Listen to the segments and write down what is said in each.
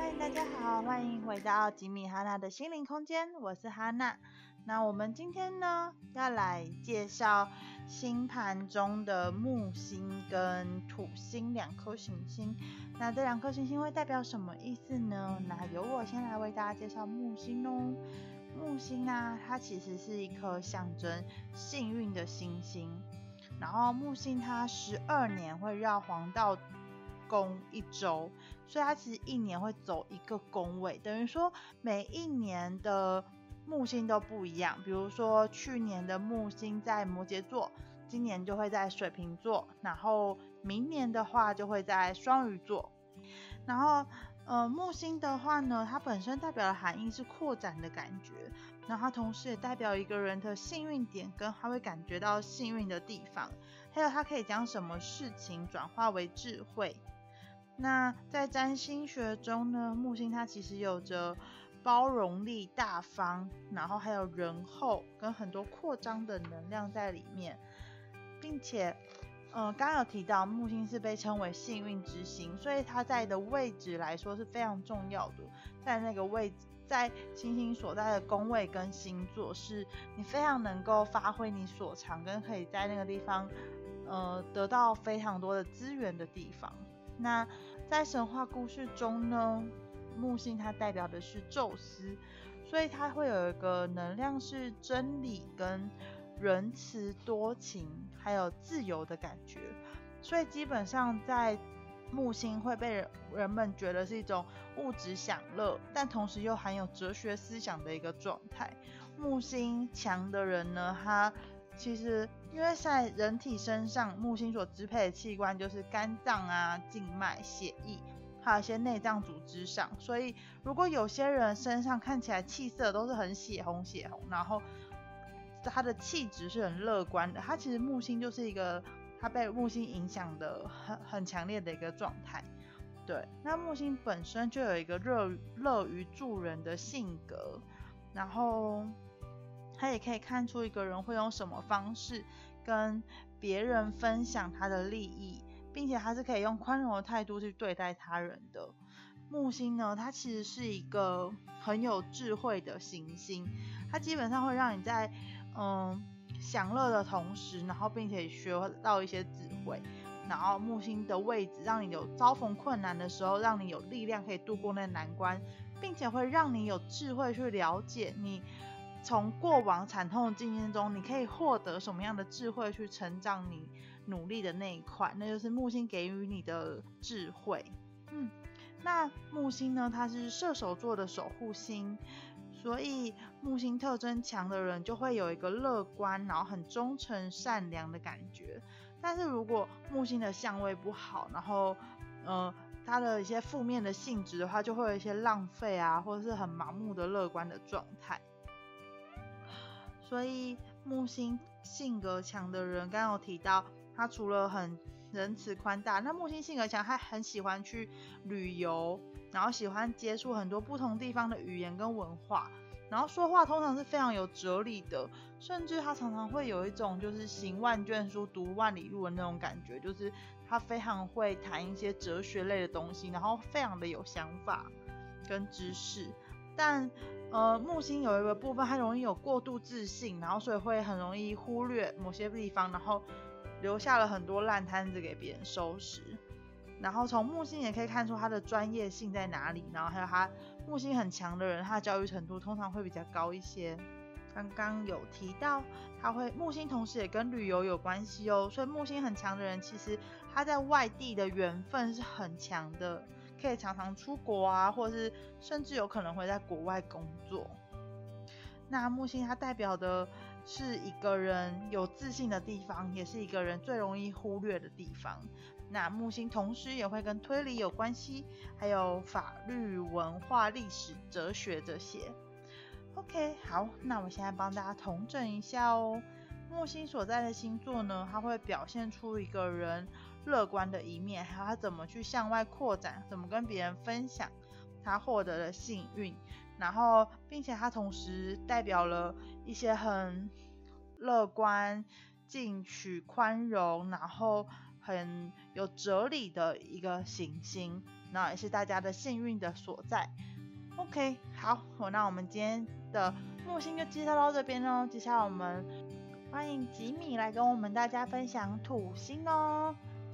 嗨，大家好，欢迎回到吉米哈娜的心灵空间，我是哈娜。那我们今天呢，要来介绍星盘中的木星跟土星两颗行星。那这两颗行星会代表什么意思呢？那由我先来为大家介绍木星哦。木星啊，它其实是一颗象征幸运的星星。然后木星它12年会绕黄道宫一周，所以它其实一年会走一个宫位，等于说每一年的木星都不一样。比如说去年的木星在摩羯座，今年就会在水瓶座，然后明年的话就会在双鱼座。然后木星的话呢，它本身代表的含义是扩展的感觉，然后它同时也代表一个人的幸运点跟他会感觉到幸运的地方，还有它可以将什么事情转化为智慧。那在占星学中呢，木星它其实有着包容力、大方，然后还有仁厚跟很多扩张的能量在里面，并且刚刚有提到木星是被称为幸运之星，所以它在的位置来说是非常重要的。在那个位置，在星星所在的宫位跟星座，是你非常能够发挥你所长，跟可以在那个地方得到非常多的资源的地方。那在神话故事中呢，木星它代表的是宙斯，所以它会有一个能量是真理跟仁慈多情还有自由的感觉，所以基本上在木星会被人们觉得是一种物质享乐，但同时又含有哲学思想的一个状态。木星强的人呢，他其实因为在人体身上，木星所支配的器官就是肝脏啊、静脉、血液，还有一些内脏组织上，所以如果有些人身上看起来气色都是很血红，然后他的气质是很乐观的，他其实木星就是一个他被木星影响的很强烈的一个状态。对，那木星本身就有一个乐于助人的性格，然后他也可以看出一个人会用什么方式跟别人分享他的利益，并且他是可以用宽容的态度去对待他人的。木星呢，它其实是一个很有智慧的行星，它基本上会让你在享乐的同时，然后并且学到一些智慧。然后木星的位置让你有遭逢困难的时候，让你有力量可以度过那难关，并且会让你有智慧去了解你从过往惨痛的经验中，你可以获得什么样的智慧去成长你努力的那一块，那就是木星给予你的智慧。那木星呢，它是射手座的守护星，所以木星特征强的人就会有一个乐观，然后很忠诚善良的感觉。但是如果木星的相位不好，然后它的一些负面的性质的话，就会有一些浪费啊，或者是很盲目的乐观的状态。所以木星性格强的人，刚刚有提到他除了很仁慈宽大，那木星性格强，他很喜欢去旅游，然后喜欢接触很多不同地方的语言跟文化，然后说话通常是非常有哲理的，甚至他常常会有一种就是行万卷书读万里路的那种感觉，就是他非常会谈一些哲学类的东西，然后非常的有想法跟知识。但木星有一个部分，它容易有过度自信，然后所以会很容易忽略某些地方，然后留下了很多烂摊子给别人收拾。然后从木星也可以看出他的专业性在哪里，然后还有他木星很强的人，他的教育程度通常会比较高一些。刚刚有提到木星同时也跟旅游有关系哦，所以木星很强的人其实他在外地的缘分是很强的，可以常常出国啊，或者是甚至有可能会在国外工作。那木星它代表的是一个人有自信的地方，也是一个人最容易忽略的地方。那木星同时也会跟推理有关系，还有法律、文化、历史、哲学这些。OK， 好，那我现在帮大家统整一下哦。木星所在的星座呢，它会表现出一个人乐观的一面，还有他怎么去向外扩展，怎么跟别人分享他获得的幸运，然后并且他同时代表了一些很乐观、进取、宽容，然后很有哲理的一个行星。 那也是大家的幸运的所在。OK， 好，那我们今天的木星就介绍到这边哦。接下来我们欢迎吉米来跟我们大家分享土星哦。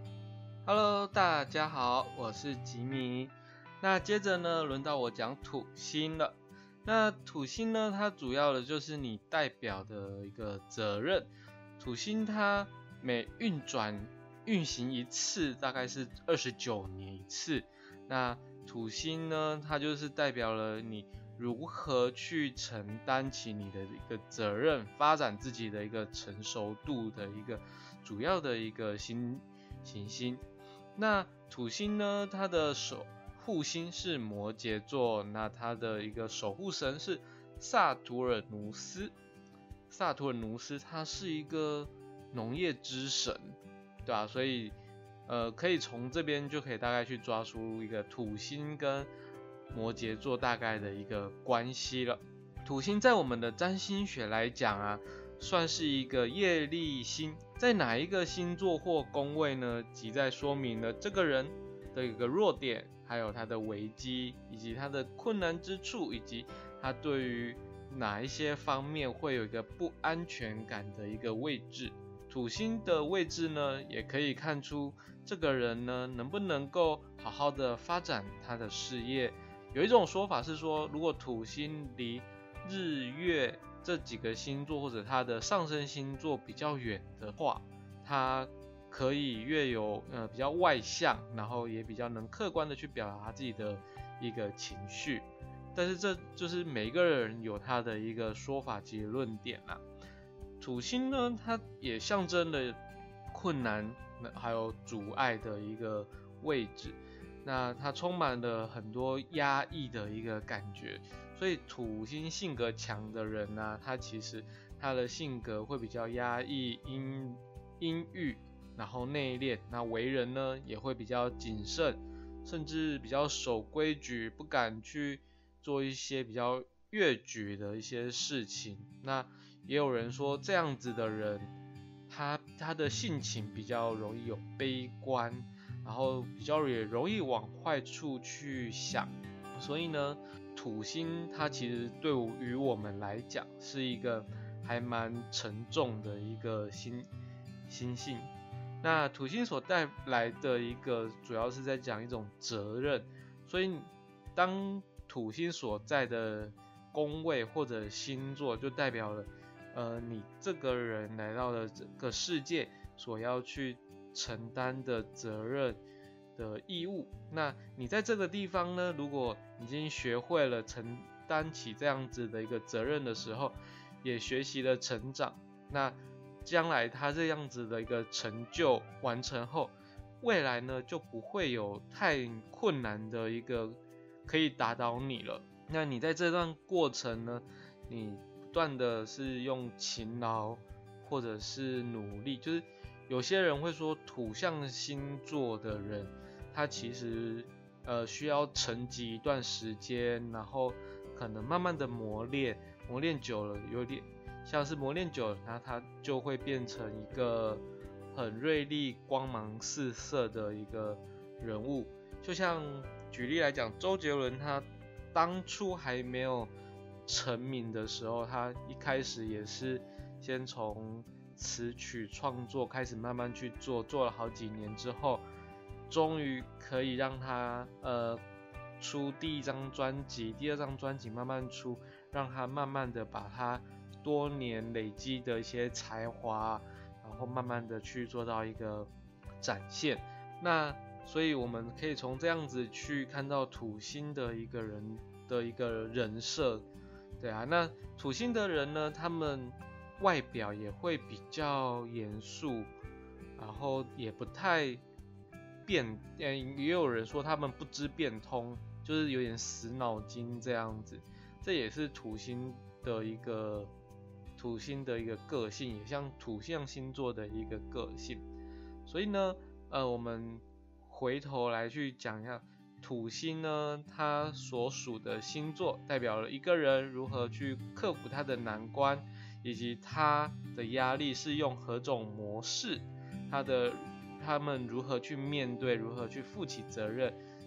Hello， 大家好，我是吉米。那接着呢，轮到我讲土星了。那土星呢，它主要的就是你代表的一个责任。土星它每运行一次，大概是29年一次。那土星呢，它就是代表了你如何去承担起你的一个责任，发展自己的一个成熟度的一个主要的一个行星。那土星呢，它的守护星是摩羯座，那它的一个守护神是萨图尔努斯。萨图尔努斯他是一个农业之神，对吧？所以可以从这边就可以大概去抓出一个土星跟摩羯座大概的一个关系了。土星在我们的占星学来讲啊，算是一个业力星，在哪一个星座或宫位呢，即在说明了这个人的一个弱点，还有他的危机，以及他的困难之处，以及他对于哪一些方面会有一个不安全感的一个位置。土星的位置呢，也可以看出这个人呢能不能够好好的发展他的事业。有一种说法是说，如果土星离日月这几个星座或者他的上升星座比较远的话，他可以越有比较外向，然后也比较能客观的去表达他自己的一个情绪。但是这就是每一个人有他的一个说法及论点啦。土星呢，它也象征了困难还有阻碍的一个位置。那它充满了很多压抑的一个感觉，所以土星性格强的人啊，他其实他的性格会比较压抑、阴郁，然后内敛。那为人呢，也会比较谨慎，甚至比较守规矩，不敢去做一些比较越矩的一些事情。那也有人说，这样子的人，他的性情比较容易有悲观，然后比较也容易往坏处去想。所以呢，土星它其实对于我们来讲是一个还蛮沉重的一个星性。那土星所带来的一个主要是在讲一种责任，所以当土星所在的宫位或者星座就代表了你这个人来到了这个世界所要去承担的责任的义务。那你在这个地方呢，如果你已经学会了承担起这样子的一个责任的时候，也学习了成长，那将来他这样子的一个成就完成后，未来呢就不会有太困难的一个可以打倒你了。那你在这段过程呢，你不断的是用勤劳或者是努力，就是有些人会说土象星座的人，他其实需要沉寂一段时间，然后可能慢慢的磨练久了，有点像是磨练久了，那他就会变成一个很锐利、光芒四射的一个人物。就像举例来讲，周杰伦他当初还没有成名的时候，他一开始也是先从词曲创作开始慢慢去做了好几年之后，终于可以让他出第一张专辑、第二张专辑慢慢出，让他慢慢的把他多年累积的一些才华，然后慢慢的去做到一个展现。那所以我们可以从这样子去看到土星的一个人的一个人设，对啊。那土星的人呢，他们外表也会比较严肃，然后也不太也有人说他们不知变通，就是有点死脑筋这样子。这也是土星的一个个性，也像土象星座的一个个性。所以呢，我们回头来去讲一下土星呢，它所属的星座代表了一个人如何去克服他的难关，以及他的压力是用何种模式，他们如何去面对，如何去负起责任，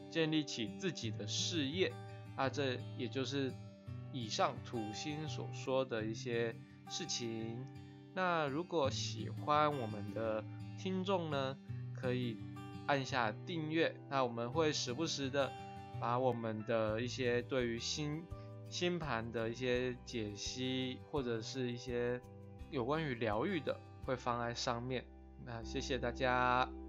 建立起自己的事业。这也就是以上土星所说的一些事情。那如果喜欢我们的听众呢，可以按下订阅，那我们会时不时的把我们的一些对于星盘的一些解析，或者是一些有关于疗愈的，会放在上面。那谢谢大家。